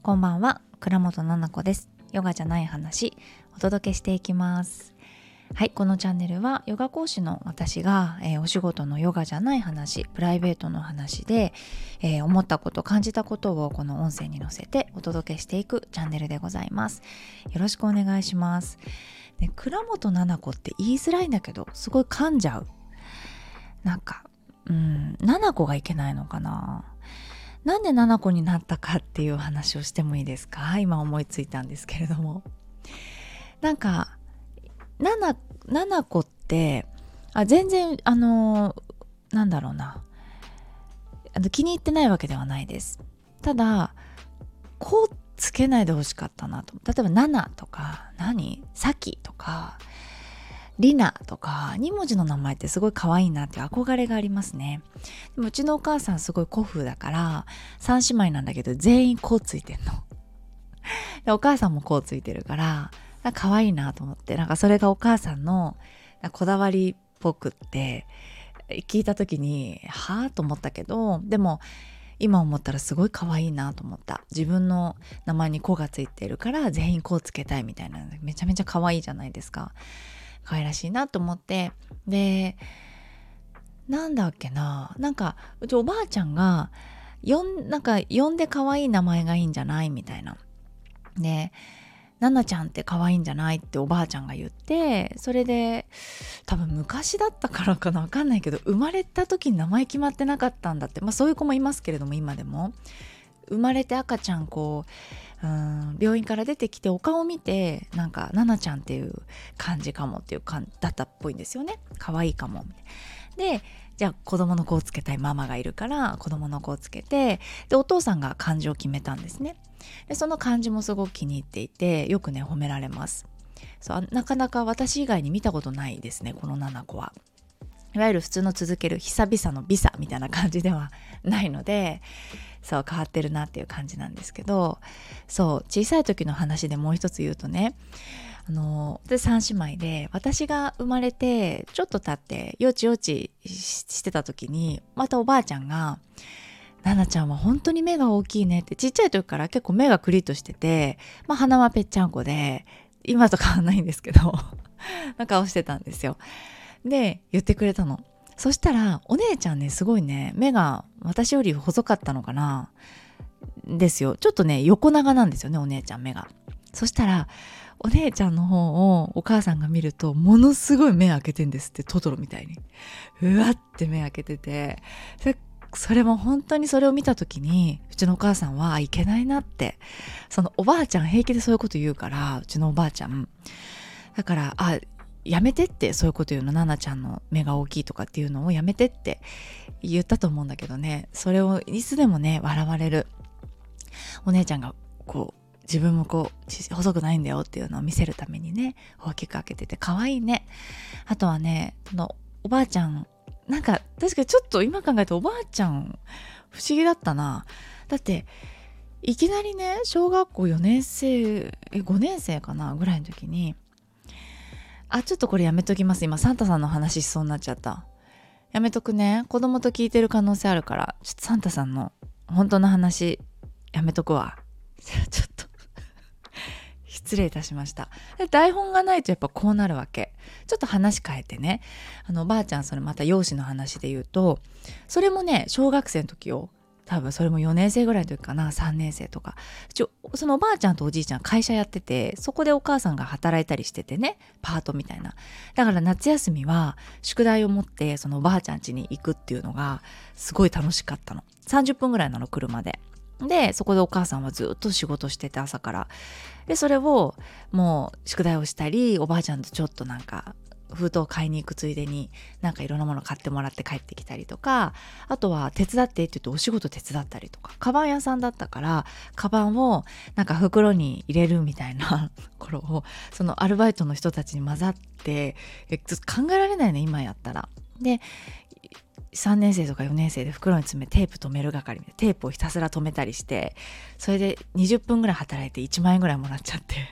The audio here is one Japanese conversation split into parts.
こんばんは、倉本々子です。ヨガじゃない話お届けしていきます。はい、このチャンネルはヨガ講師の私が、お仕事のヨガじゃない話、プライベートの話で、思ったこと感じたことをこの音声に乗せてお届けしていくチャンネルでございます。よろしくお願いします。で、倉本々子って言いづらいんだけどすごい噛んじゃう。々子がいけないのかな。なんで々子になったかっていう話をしてもいいですか？今思いついたんですけれども、々子って全然気に入ってないわけではないです。ただこうつけないでほしかったなと。例えばナナとかサキとかリナとか2文字の名前ってすごい可愛いなっていう憧れがありますね。でもうちのお母さんすごい古風だから3姉妹なんだけど全員こうついてんの。でお母さんもこうついてるから可愛いなと思って、それがお母さんのこだわりっぽくって聞いた時にはぁと思ったけど、でも今思ったらすごい可愛いなと思った。自分の名前に子がついてるから全員こうつけたいみたいな、めちゃめちゃ可愛いじゃないですか。可愛らしいなと思って、でうちおばあちゃんが呼んで可愛い名前がいいんじゃないみたいな。でななちゃんって可愛いんじゃないっておばあちゃんが言って、それで多分昔だったからかな、分かんないけど生まれた時に名前決まってなかったんだって。そういう子もいますけれども、今でも生まれて赤ちゃん病院から出てきてお顔を見てななちゃんっていう感じかもっていう感だったっぽいんですよね。可愛いかもで、じゃあ子供の子をつけたいママがいるから子供の子をつけて、でお父さんが漢字を決めたんですね。でその漢字もすごく気に入っていて、よくね褒められます。なかなか私以外に見たことないですね、この7子は。いわゆる普通の続ける久々のビザみたいな感じではないので、変わってるなっていう感じなんですけど、小さい時の話でもう一つ言うとね、で3姉妹で、私が生まれてちょっと経ってよちしてた時に、またおばあちゃんがななちゃんは本当に目が大きいねって、ちっちゃい時から結構目がクリッとしてて、鼻はぺっちゃんこで今と変わんないんですけどな顔してたんですよ。で言ってくれたの。そしたらお姉ちゃんね、すごいね目が私より細かったのかなですよ。ちょっとね横長なんですよね、お姉ちゃん目が。そしたらお姉ちゃんの方をお母さんが見るとものすごい目開けてんですって、トトロみたいにうわって目開けてて、それも本当にそれを見た時にうちのお母さんはいけないなって、そのおばあちゃん平気でそういうこと言うから、うちのおばあちゃんだからやめてって、そういうこと言うの、ななちゃんの目が大きいとかっていうのをやめてって言ったと思うんだけどね、それをいつでもね笑われるお姉ちゃんが自分も細くないんだよっていうのを見せるためにね大きく開けてて可愛いね。あとはね、おばあちゃん確かにちょっと今考えるとおばあちゃん不思議だったな。だっていきなりね小学校4年生5年生かなぐらいの時に、ちょっとこれやめときます。今サンタさんの話しそうになっちゃった。やめとくね。子供と聞いてる可能性あるから、ちょっとサンタさんの本当の話やめとくわ。ちょっと失礼いたしました。で台本がないとやっぱこうなるわけ。ちょっと話変えてね、おばあちゃん、それまた容姿の話で言うと、それもね小学生の時よ。多分それも4年生ぐらいの時かな、3年生とか。そのおばあちゃんとおじいちゃん会社やってて、そこでお母さんが働いたりしててね、パートみたいな。だから夏休みは宿題を持ってそのおばあちゃん家に行くっていうのがすごい楽しかったの。30分ぐらいなの、車で。でそこでお母さんはずっと仕事してて、朝から。でそれをもう宿題をしたり、おばあちゃんとちょっと封筒を買いに行くついでにいろんなもの買ってもらって帰ってきたりとか、あとは手伝ってって言うとお仕事手伝ったりとか、カバン屋さんだったからカバンを袋に入れるみたいな頃をそのアルバイトの人たちに混ざって、ちょっと考えられないね今やったら。で3年生とか4年生で袋に詰めテープ止める係でテープをひたすら止めたりして、それで20分ぐらい働いて1万円ぐらいもらっちゃって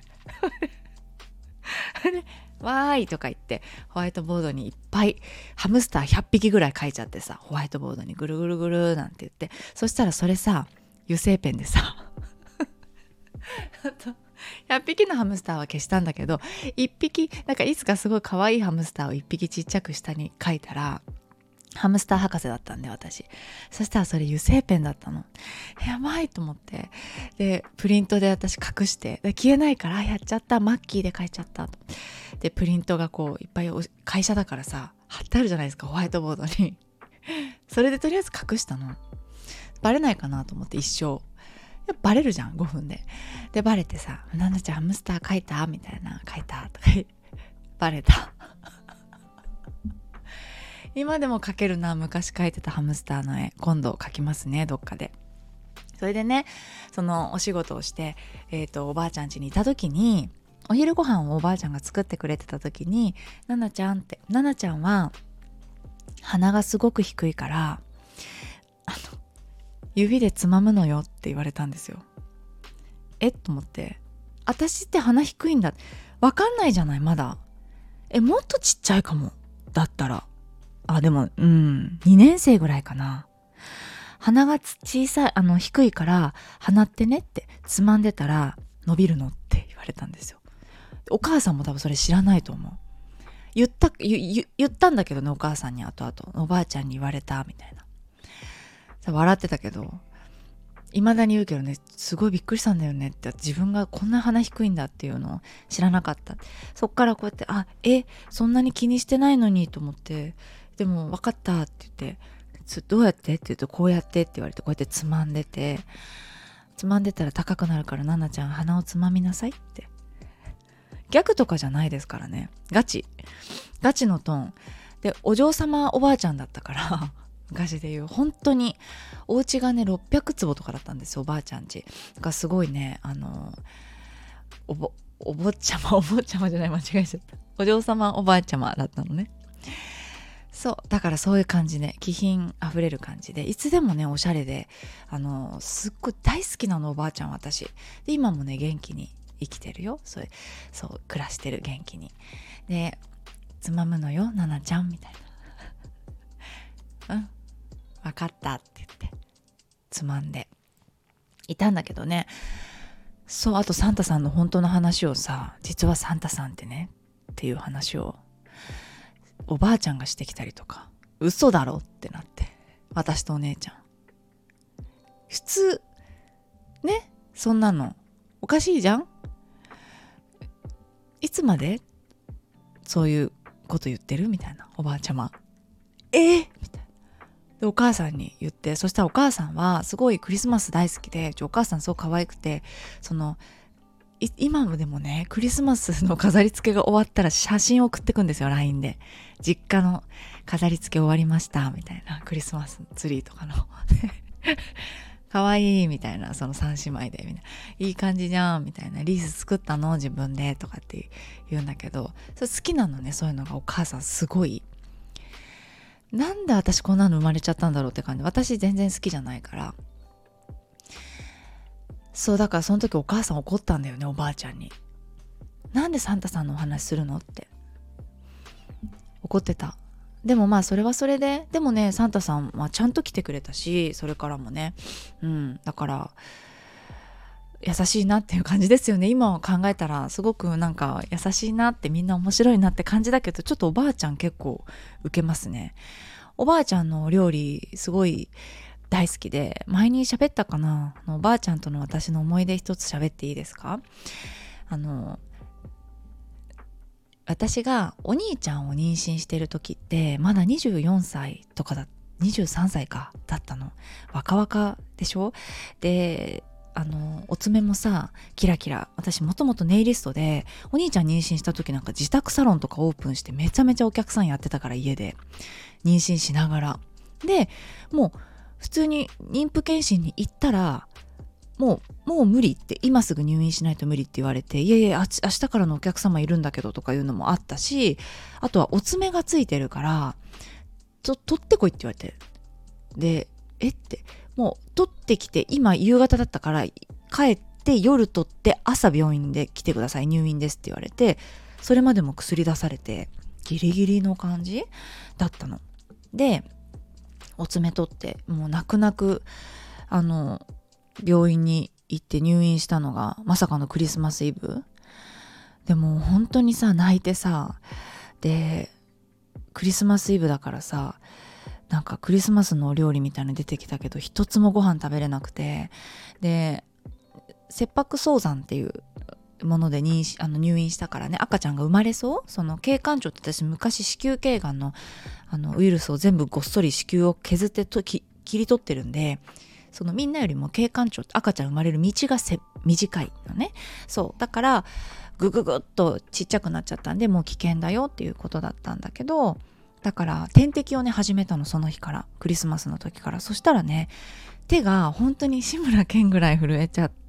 でわーいとか言ってホワイトボードにいっぱいハムスター100匹ぐらい書いちゃってさ、ホワイトボードにぐるぐるぐるなんて言って、そしたらそれさ油性ペンでさあと100匹のハムスターは消したんだけど、1匹なんかいつかすごい可愛いハムスターを1匹ちっちゃく下に書いたら、ハムスター博士だったんで私。そしたらそれ油性ペンだったの。やばいと思って。でプリントで私隠して、で消えないからやっちゃった、マッキーで書いちゃったと。でプリントがこういっぱい会社だからさ貼ってあるじゃないですか、ホワイトボードに。それでとりあえず隠したの。バレないかなと思って一生。バレるじゃん5分で。でバレてさ、なんだちゃんハムスター描いたみたいな、描いたとか言ってバレた。今でも描けるな、昔描いてたハムスターの絵。今度描きますね、どっかで。それでね、そのお仕事をして、おばあちゃん家にいた時に、お昼ご飯をおばあちゃんが作ってくれてた時に、ななちゃんって、ななちゃんは鼻がすごく低いから指でつまむのよって言われたんですよ。と思って、私って鼻低いんだ、わかんないじゃないまだ。もっとちっちゃいかも、だったら。でも2年生ぐらいかな。鼻が小さい、低いから鼻ってねってつまんでたら伸びるのって言われたんですよ。お母さんも多分それ知らないと思う。言ったんだけどね、お母さんに後々、おばあちゃんに言われたみたいな。笑ってたけど、未だに言うけどね、すごいびっくりしたんだよねって、自分がこんな鼻低いんだっていうのを知らなかった。そっからこうやって、そんなに気にしてないのにと思って、でも分かったって言って、どうやってって言うと、こうやってって言われて、こうやってつまんでたら高くなるから、ななちゃん鼻をつまみなさいって。ギャグとかじゃないですからね、ガチのトーンで、お嬢様おばあちゃんだったから昔で言う本当にお家がね600坪とかだったんですよ、おばあちゃん家が。すごいね、お坊ちゃまじゃない、間違えちゃった、お嬢様おばあちゃまだったのね。そうだからそういう感じで、気品あふれる感じで、いつでもねおしゃれで、すっごい大好きなのおばあちゃん私で。今もね元気に生きてるよ、そう暮らしてる、元気に。でつまむのよななちゃんみたいな分かったって言ってつまんでいたんだけどね。そう、あとサンタさんの本当の話をさ、実はサンタさんってねっていう話をおばあちゃんがしてきたりとか、嘘だろってなって、私とお姉ちゃん、普通ね、そんなのおかしいじゃん、いつまでそういうこと言ってるみたいな、おばあちゃまみたいな。でお母さんに言って、そしたらお母さんはすごいクリスマス大好きで、お母さんすごい可愛くて、今でもねクリスマスの飾り付けが終わったら写真を送ってくんですよ LINE で。実家の飾り付け終わりましたみたいな、クリスマスツリーとかの可愛いみたいな、その3姉妹でみんないい感じじゃんみたいな、リース作ったの自分でとかって言うんだけど、それ好きなのね、そういうのが。お母さんすごい、なんで私こんなの生まれちゃったんだろうって感じ。私全然好きじゃないから。そうだから、その時お母さん怒ったんだよね、おばあちゃんに。なんでサンタさんのお話するのって怒ってた。でもまあそれはそれで、でもねサンタさんはちゃんと来てくれたし、それからもね、だから優しいなっていう感じですよね。今考えたらすごくなんか優しいなって、みんな面白いなって感じだけど、ちょっとおばあちゃん結構受けますね。おばあちゃんの料理すごい大好きで、前に喋ったかな、おばあちゃんとの私の思い出一つ喋っていいですか。私がお兄ちゃんを妊娠してる時ってまだ24歳とか23歳かだったの。若々でしょ。でお爪もさキラキラ、私もともとネイリストで、お兄ちゃん妊娠した時なんか自宅サロンとかオープンしてめちゃめちゃお客さんやってたから、家で妊娠しながら。でもう普通に妊婦検診に行ったら、もう無理って、今すぐ入院しないと無理って言われて、いやいや明日からのお客様いるんだけどとかいうのもあったし、あとはお爪がついてるから取ってこいって言われて、でってもう取ってきて、今夕方だったから帰って夜取って朝病院で来てください、入院ですって言われて、それまでも薬出されてギリギリの感じだったの。でお爪取ってもう泣く泣く病院に行って入院したのがまさかのクリスマスイブで、もう本当にさ泣いてさ、でクリスマスイブだからさ、なんかクリスマスのお料理みたいなの出てきたけど一つもご飯食べれなくて、で切迫早産っていうもので入院したからね、赤ちゃんが生まれそう、その経管腸って私昔子宮頸がんのウイルスを全部ごっそり子宮を削って切り取ってるんで、そのみんなよりも経管腸って赤ちゃん生まれる道が短いのね。そうだからぐぐぐっとちっちゃくなっちゃったんで、もう危険だよっていうことだったんだけど、だから点滴をね始めたの、その日から、クリスマスの時から。そしたらね、手が本当に志村けんぐらい震えちゃって、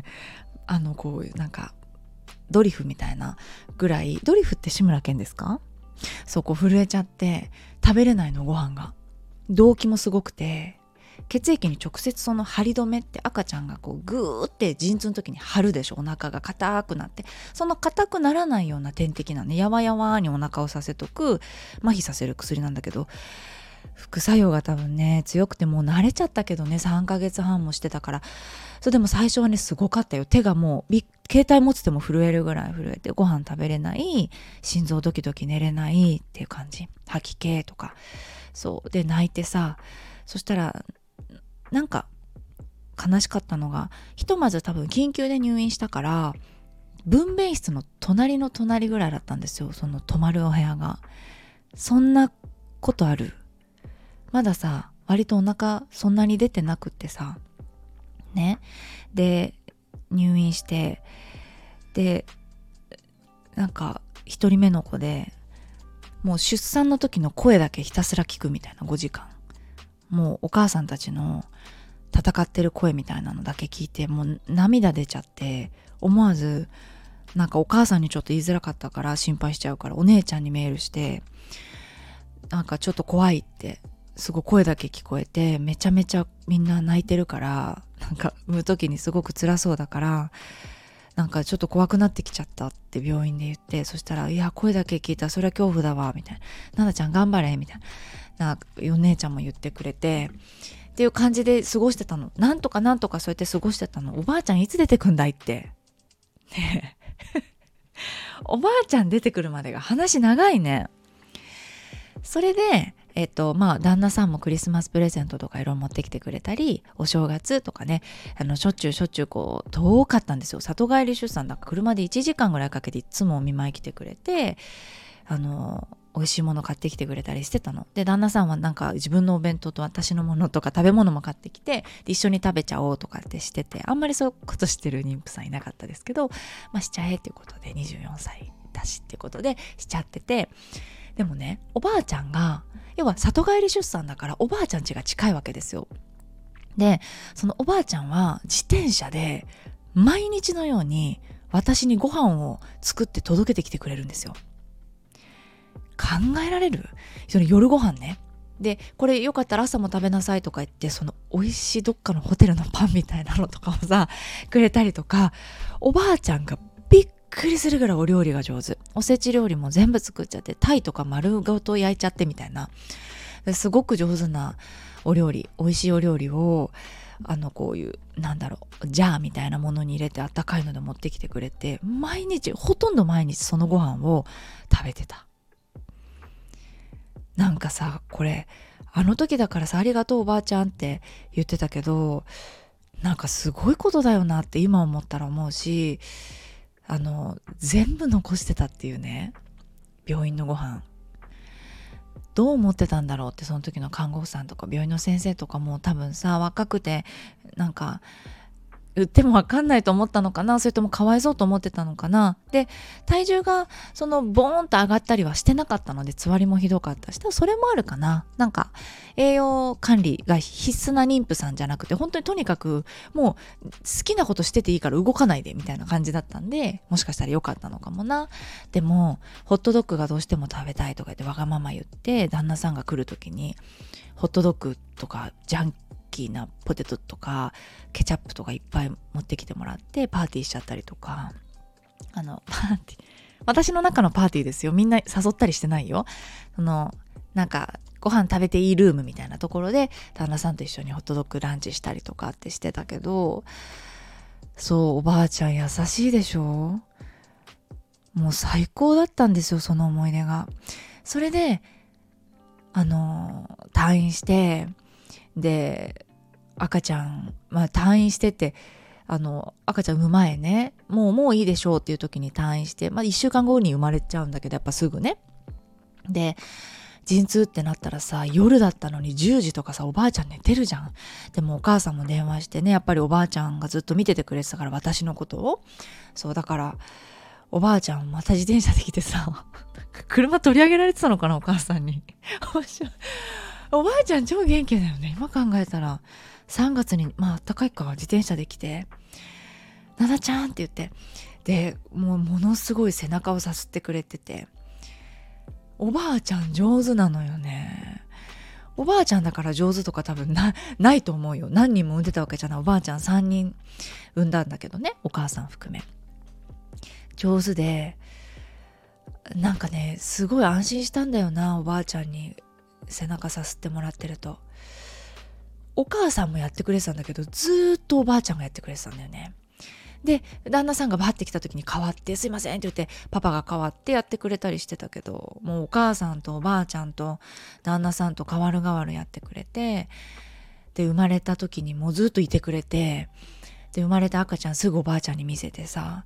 こういうなんかドリフみたいなぐらい、ドリフって志村けんですか？そう、こう震えちゃって食べれないの、ご飯が。動悸もすごくて、血液に直接その張り止めって赤ちゃんがこうグーって陣痛の時に張るでしょ、お腹が硬くなって、その硬くならないような点滴なのね。やわやわにお腹をさせとく麻痺させる薬なんだけど、副作用が多分ね強くて、もう慣れちゃったけどね、3ヶ月半もしてたから。それでも最初はねすごかったよ。手がもう携帯持つても震えるぐらい震えて、ご飯食べれない、心臓ドキドキ寝れないっていう感じ、吐き気とか。そうで泣いてさ、そしたらなんか悲しかったのが、ひとまず多分緊急で入院したから分娩室の隣の隣ぐらいだったんですよ、その泊まるお部屋が。そんなことある？まださ割とお腹そんなに出てなくってさね。で入院して、でなんか一人目の子で、もう出産の時の声だけひたすら聞くみたいな5時間、もうお母さんたちの戦ってる声みたいなのだけ聞いて、もう涙出ちゃって、思わずなんかお母さんにちょっと言いづらかったから心配しちゃうから、お姉ちゃんにメールして、なんかちょっと怖いってすごい声だけ聞こえて、めちゃめちゃみんな泣いてるから、なんか産む時にすごく辛そうだから、なんかちょっと怖くなってきちゃったって病院で言って、そしたら、いや声だけ聞いたらそれは恐怖だわみたいな、ななちゃん頑張れみたいな、なんかお姉ちゃんも言ってくれてっていう感じで過ごしてたの。なんとかそうやって過ごしてたの。おばあちゃんいつ出てくんだいってねえおばあちゃん出てくるまでが話長いね。それで旦那さんもクリスマスプレゼントとかいろいろ持ってきてくれたり、お正月とかね、しょっちゅうこう遠かったんですよ。里帰り出産だから車で1時間ぐらいかけていつもお見舞い来てくれて、美味しいもの買ってきてくれたりしてたの。で旦那さんはなんか自分のお弁当と私のものとか食べ物も買ってきて、一緒に食べちゃおうとかってしてて、あんまりそういうことしてる妊婦さんいなかったですけど、しちゃえっていうことで24歳だしっていうことでしちゃってて。でもね、おばあちゃんが要は里帰り出産だからおばあちゃん家が近いわけですよ。でそのおばあちゃんは自転車で毎日のように私にご飯を作って届けてきてくれるんですよ。考えられる？その夜ご飯ね。でこれよかったら朝も食べなさいとか言って、その美味しいどっかのホテルのパンみたいなのとかをさくれたりとか、おばあちゃんがびっくりするぐらいお料理が上手。おせち料理も全部作っちゃって、タイとか丸ごと焼いちゃってみたいな、すごく上手なお料理、美味しいお料理をこういうジャーみたいなものに入れてあったかいので持ってきてくれて、毎日ほとんど毎日そのご飯を食べてた。なんかさ、これあの時だからさ、ありがとうおばあちゃんって言ってたけど、なんかすごいことだよなって今思ったら思うし、全部残してたっていうね。病院のご飯どう思ってたんだろうって、その時の看護婦さんとか病院の先生とかも多分さ、若くてなんか売っても分かんないと思ったのかな、それともかわいそうと思ってたのかな。で体重がそのボーンと上がったりはしてなかったので、つわりもひどかったし、それもあるかな。なんか栄養管理が必須な妊婦さんじゃなくて、本当にとにかくもう好きなことしてていいから動かないでみたいな感じだったんで、もしかしたら良かったのかもな。でもホットドッグがどうしても食べたいとか言ってわがまま言って、旦那さんが来る時にホットドッグとかジャンキーなポテトとかケチャップとかいっぱい持ってきてもらってパーティーしちゃったりとか、パーティー、私の中のパーティーですよ。みんな誘ったりしてないよ。なんかご飯食べていいルームみたいなところで旦那さんと一緒にホットドッグランチしたりとかってしてたけど、 そう、おばあちゃん優しいでしょ。もう最高だったんですよ、その思い出が。それで退院して、で赤ちゃん、退院してって赤ちゃん産む前ね、もういいでしょうっていう時に退院して、1週間後に生まれちゃうんだけど、やっぱすぐね。で陣痛ってなったらさ、夜だったのに10時とかさ、おばあちゃん寝てるじゃん。でもお母さんも電話してね、やっぱりおばあちゃんがずっと見ててくれてたから、私のことを。そうだからおばあちゃんまた自転車で来てさ車取り上げられてたのかな、お母さんにおばあちゃん超元気だよね、今考えたら。3月にあったかいか、自転車で来て「ななちゃん」って言って、でものすごい背中をさすってくれてて、おばあちゃん上手なのよね。おばあちゃんだから上手とか多分ないと思うよ。何人も産んでたわけじゃない。おばあちゃん3人産んだんだけどね、お母さん含め。上手で、なんかね、すごい安心したんだよな、おばあちゃんに背中さすってもらってると。お母さんもやってくれてたんだけど、ずーっとおばあちゃんがやってくれてたんだよね。で旦那さんがバッて来た時に代わって「すいません」って言ってパパが代わってやってくれたりしてたけど、もうお母さんとおばあちゃんと旦那さんと代わる代わるやってくれて、で生まれた時にもうずっといてくれて、で生まれた赤ちゃんすぐおばあちゃんに見せてさ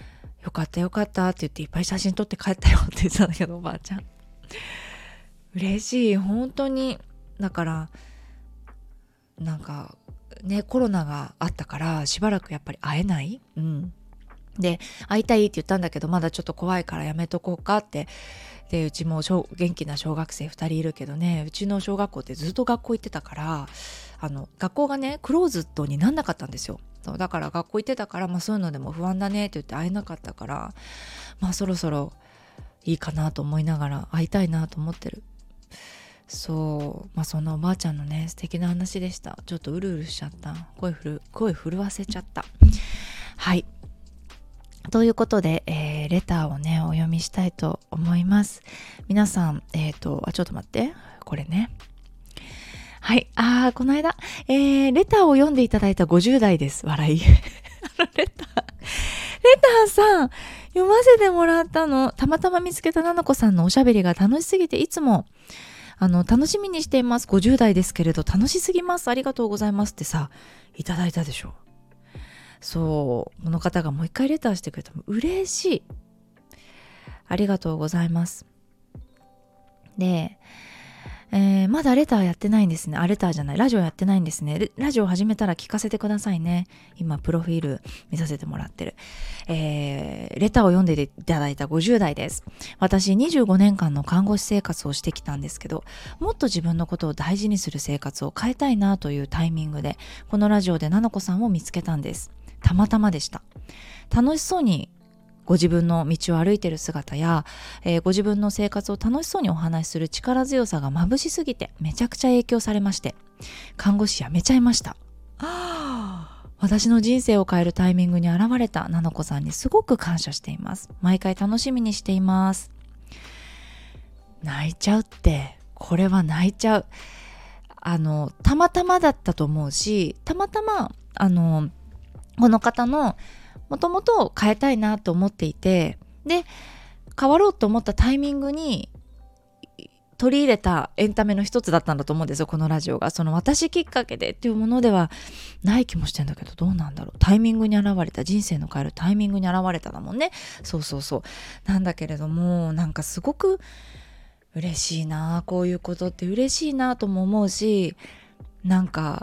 「よかったよかった」って言っていっぱい写真撮って帰ったよって言ってたんだけど、おばあちゃん嬉しい、本当に。だからなんかね、コロナがあったからしばらくやっぱり会えない、で会いたいって言ったんだけど、まだちょっと怖いからやめとこうかって。でうちも元気な小学生2人いるけどね、うちの小学校ってずっと学校行ってたから、学校がねクローズドになんなかったんですよ。そうだから学校行ってたから、そういうのでも不安だねって言って会えなかったから、そろそろいいかなと思いながら会いたいなと思ってる。そう、そんなおばあちゃんのね素敵な話でした。ちょっとうるうるしちゃった。声震わせちゃった。はい、ということで、レターをねお読みしたいと思います。皆さんちょっと待って、これね。はい、この間、レターを読んでいただいた50代です。笑いレターさん読ませてもらったの。たまたま見つけたななこさんのおしゃべりが楽しすぎて、いつも楽しみにしています。50代ですけれど楽しすぎます。ありがとうございますってさいただいたでしょ。そう、この方がもう一回レターしてくれたの嬉しい。ありがとうございます。で、まだレターやってないんですね。レターじゃない、ラジオやってないんですね。ラジオ始めたら聞かせてくださいね。今プロフィール見させてもらってる。レターを読んでいただいた50代です。私25年間の看護師生活をしてきたんですけど、もっと自分のことを大事にする生活を変えたいなというタイミングで、このラジオでななこさんを見つけたんです。たまたまでした。楽しそうにご自分の道を歩いている姿や、ご自分の生活を楽しそうにお話しする力強さが眩しすぎてめちゃくちゃ影響されまして、看護師辞めちゃいました。私の人生を変えるタイミングに現れたななこさんにすごく感謝しています。毎回楽しみにしています。泣いちゃうって、これは泣いちゃう。たまたまだったと思うし、たまたまこの方のもともと変えたいなと思っていて、で変わろうと思ったタイミングに取り入れたエンタメの一つだったんだと思うんですよ、このラジオが。その私きっかけでっていうものではない気もしてんだけど、どうなんだろう。タイミングに現れた、人生の変えるタイミングに現れただもんね。そうなんだけれども、なんかすごく嬉しいな、こういうことって嬉しいなとも思うし、なんか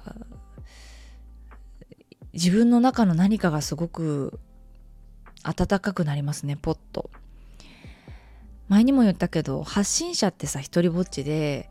自分の中の何かがすごく温かくなりますね、ポッと。前にも言ったけど、発信者ってさ一人ぼっちで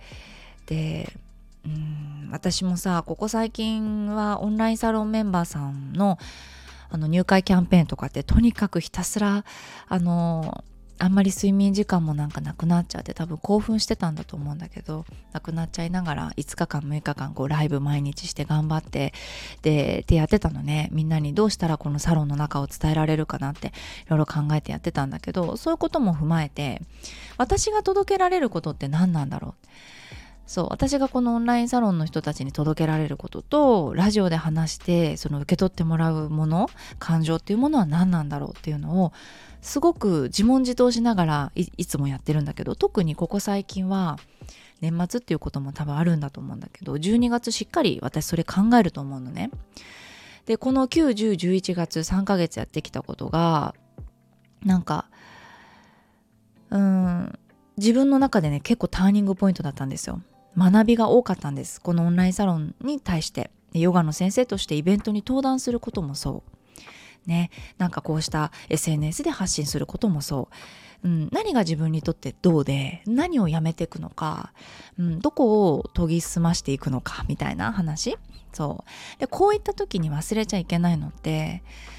私もさ、ここ最近はオンラインサロンメンバーさんの入会キャンペーンとかって、とにかくひたすらあんまり睡眠時間もなんかなくなっちゃって、多分興奮してたんだと思うんだけど、なくなっちゃいながら5日間6日間こうライブ毎日して頑張ってでやってたのね。みんなにどうしたらこのサロンの中を伝えられるかなっていろいろ考えてやってたんだけど、そういうことも踏まえて、私が届けられることって何なんだろそう私がこのオンラインサロンの人たちに届けられることとラジオで話してその受け取ってもらうもの感情っていうものは何なんだろうっていうのをすごく自問自答しながらいつもやってるんだけど、特にここ最近は年末っていうことも多分あるんだと思うんだけど、12月しっかり私それ考えると思うのね。でこの9、10、11月3ヶ月やってきたことがなんか自分の中でね結構ターニングポイントだったんですよ。学びが多かったんです。このオンラインサロンに対してヨガの先生としてイベントに登壇することもそうね、なんかこうした SNS で発信することもそう、何が自分にとってどうで何をやめていくのか、どこを研ぎ澄ましていくのかみたいな話。そうでこういった時に忘れちゃいけないのって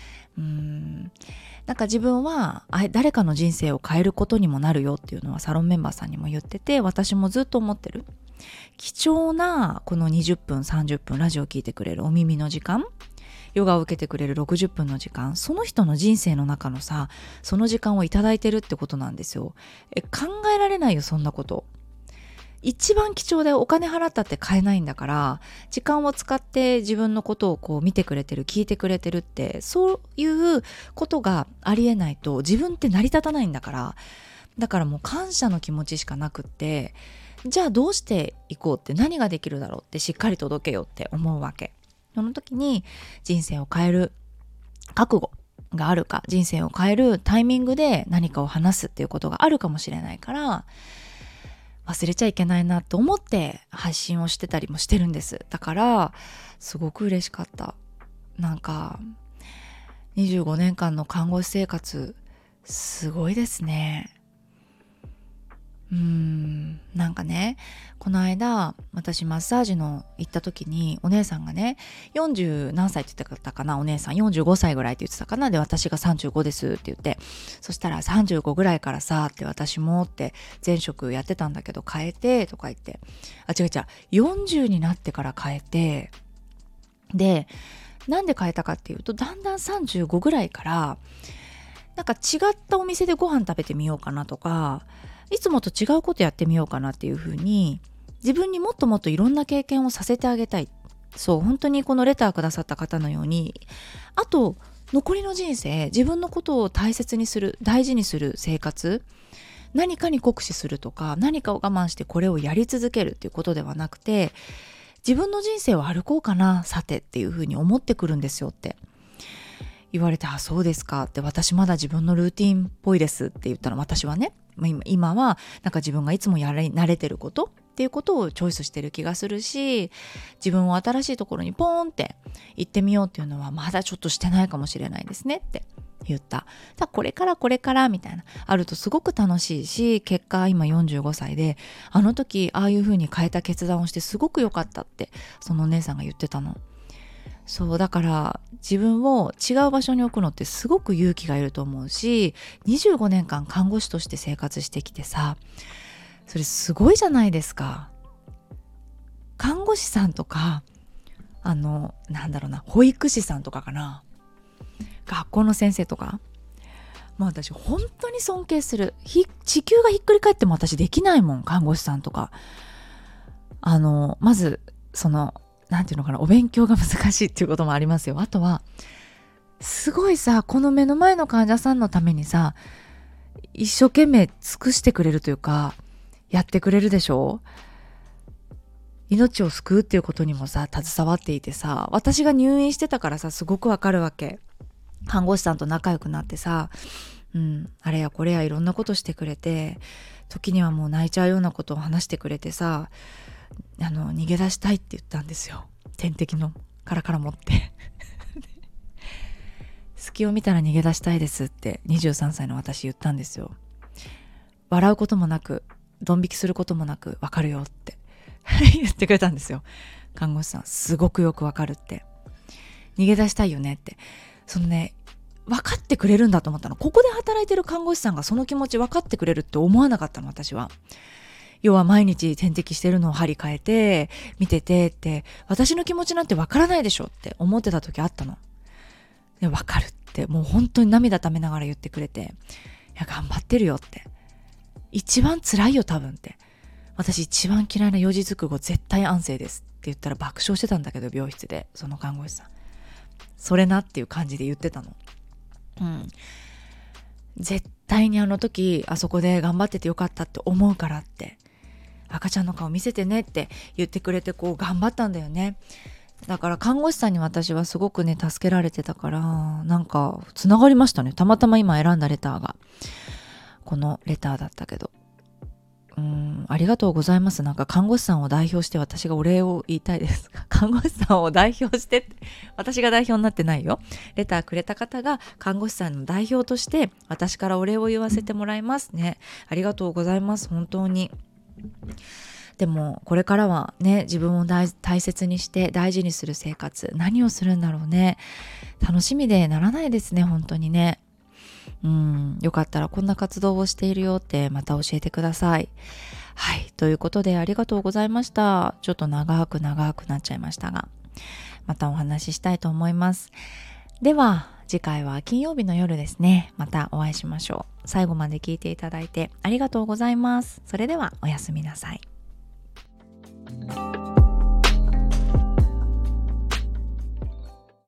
なんか自分は誰かの人生を変えることにもなるよっていうのはサロンメンバーさんにも言ってて、私もずっと思ってる。貴重なこの20分30分ラジオを聞いてくれるお耳の時間、ヨガを受けてくれる60分の時間、その人の人生の中のさその時間をいただいてるってことなんですよ。考えられないよそんなこと。一番貴重でお金払ったって買えないんだから、時間を使って自分のことをこう見てくれてる聞いてくれてるって、そういうことがありえないと自分って成り立たないんだから、だからもう感謝の気持ちしかなくって、じゃあどうしていこうって何ができるだろうってしっかり届けようって思うわけ。その時に人生を変える覚悟があるか、人生を変えるタイミングで何かを話すっていうことがあるかもしれないから、忘れちゃいけないなと思って配信をしてたりもしてるんです。だからすごく嬉しかった。なんか25年間の看護師生活すごいですね。なんかね、この間私マッサージの行った時にお姉さんがね、40何歳って言ってたかな、お姉さん45歳ぐらいって言ってたかな、で私が35ですって言って、そしたら35ぐらいからさって私もって前職やってたんだけど変えてとか言って、違う40になってから変えて、でなんで変えたかっていうと、だんだん35ぐらいからなんか違ったお店でご飯食べてみようかなとか、いつもと違うことやってみようかなっていう風に自分にもっともっといろんな経験をさせてあげたい。そう本当にこのレターくださった方のように、あと残りの人生自分のことを大切にする大事にする生活、何かに酷使するとか何かを我慢してこれをやり続けるっていうことではなくて、自分の人生を歩こうかなさてっていう風に思ってくるんですよって言われて、そうですかって、私まだ自分のルーティンっぽいですって言ったら、私はね今はなんか自分がいつも慣れてることっていうことをチョイスしてる気がするし、自分を新しいところにポーンって行ってみようっていうのはまだちょっとしてないかもしれないですねって言った。これからみたいなあるとすごく楽しいし、結果今45歳であの時ああいう風に変えた決断をしてすごく良かったってそのお姉さんが言ってたの。そうだから自分を違う場所に置くのってすごく勇気がいると思うし、25年間看護師として生活してきてさ、それすごいじゃないですか。看護師さんとか保育士さんとかかな、学校の先生とか、私本当に尊敬する。地球がひっくり返っても私できないもん、看護師さんとか。まずなんていうのかな、お勉強が難しいっていうこともありますよ。あとはすごいさ、この目の前の患者さんのためにさ一生懸命尽くしてくれるというかやってくれるでしょ。命を救うっていうことにもさ携わっていてさ、私が入院してたからさすごくわかるわけ。看護師さんと仲良くなってさ、あれやこれやいろんなことしてくれて、時にはもう泣いちゃうようなことを話してくれてさ、逃げ出したいって言ったんですよ。点滴のから持って隙を見たら逃げ出したいですって23歳の私言ったんですよ。笑うこともなくドン引きすることもなく、わかるよって言ってくれたんですよ。看護師さんすごくよくわかるって、逃げ出したいよねって、分かってくれるんだと思ったの。ここで働いてる看護師さんがその気持ち分かってくれるって思わなかったの、私は。要は毎日点滴してるのを針変えて見ててって、私の気持ちなんて分からないでしょって思ってた時あったの。で分かるってもう本当に涙ためながら言ってくれて、いや頑張ってるよって、一番辛いよ多分って、 私一番嫌いな四字熟語絶対安静ですって言ったら爆笑してたんだけど、病室でその看護師さん、それなっていう感じで言ってたの。絶対にあの時あそこで頑張っててよかったって思うからって、赤ちゃんの顔見せてねって言ってくれて、こう頑張ったんだよね。だから看護師さんに私はすごくね助けられてたから、なんかつながりましたね。たまたま今選んだレターがこのレターだったけど、ありがとうございます。なんか看護師さんを代表して私がお礼を言いたいです。看護師さんを代表してって、私が代表になってないよ。レターくれた方が看護師さんの代表として私からお礼を言わせてもらいますね。ありがとうございます。本当に。でもこれからはね、自分を大切にして大事にする生活、何をするんだろうね。楽しみでならないですね、本当にね。よかったらこんな活動をしているよってまた教えてください。はい、ということでありがとうございました。ちょっと長くなっちゃいましたが、またお話ししたいと思います。では次回は金曜日の夜ですね。またお会いしましょう。最後まで聞いていただいてありがとうございます。それではおやすみなさい。